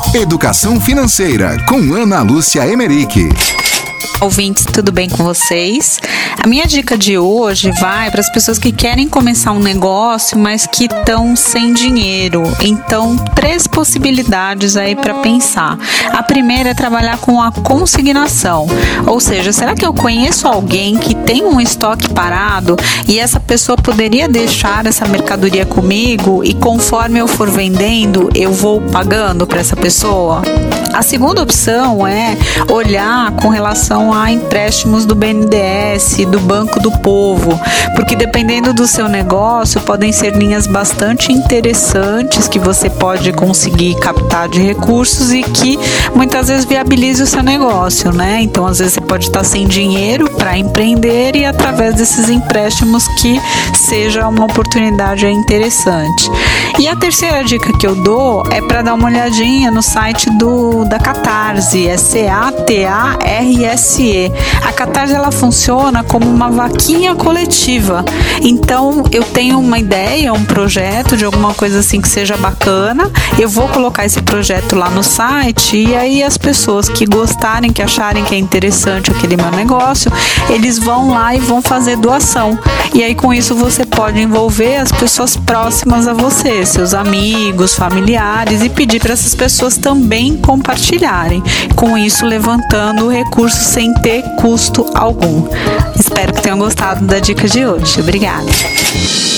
Educação Financeira, com Ana Lúcia Emerick. Ouvintes, tudo bem com vocês? A minha dica de hoje vai para as pessoas que querem começar um negócio, mas que estão sem dinheiro. Então, 3 possibilidades aí para pensar. A primeira é trabalhar com a consignação. Ou seja, será que eu conheço alguém que tem um estoque parado e essa pessoa poderia deixar essa mercadoria comigo e conforme eu for vendendo, eu vou pagando para essa pessoa? A segunda opção é olhar com relação a empréstimos do BNDES, do Banco do Povo, porque dependendo do seu negócio, podem ser linhas bastante interessantes que você pode conseguir captar de recursos e que muitas vezes viabilize o seu negócio, né? Então, às vezes você pode estar sem dinheiro para empreender e através desses empréstimos que seja uma oportunidade interessante. E a terceira dica que eu dou é para dar uma olhadinha no site da Catarse, é CATARSE. A Catarse, ela funciona como uma vaquinha coletiva. Então, eu tenho uma ideia, um projeto de alguma coisa assim que seja bacana, eu vou colocar esse projeto lá no site e aí as pessoas que gostarem, que acharem que é interessante aquele meu negócio, eles vão lá e vão fazer doação. E aí, com isso, você pode envolver as pessoas próximas a você, seus amigos, familiares, e pedir para essas pessoas também compartilharem. Com isso, levantando recursos sem ter custo algum. Espero que tenham gostado da dica de hoje. Obrigada.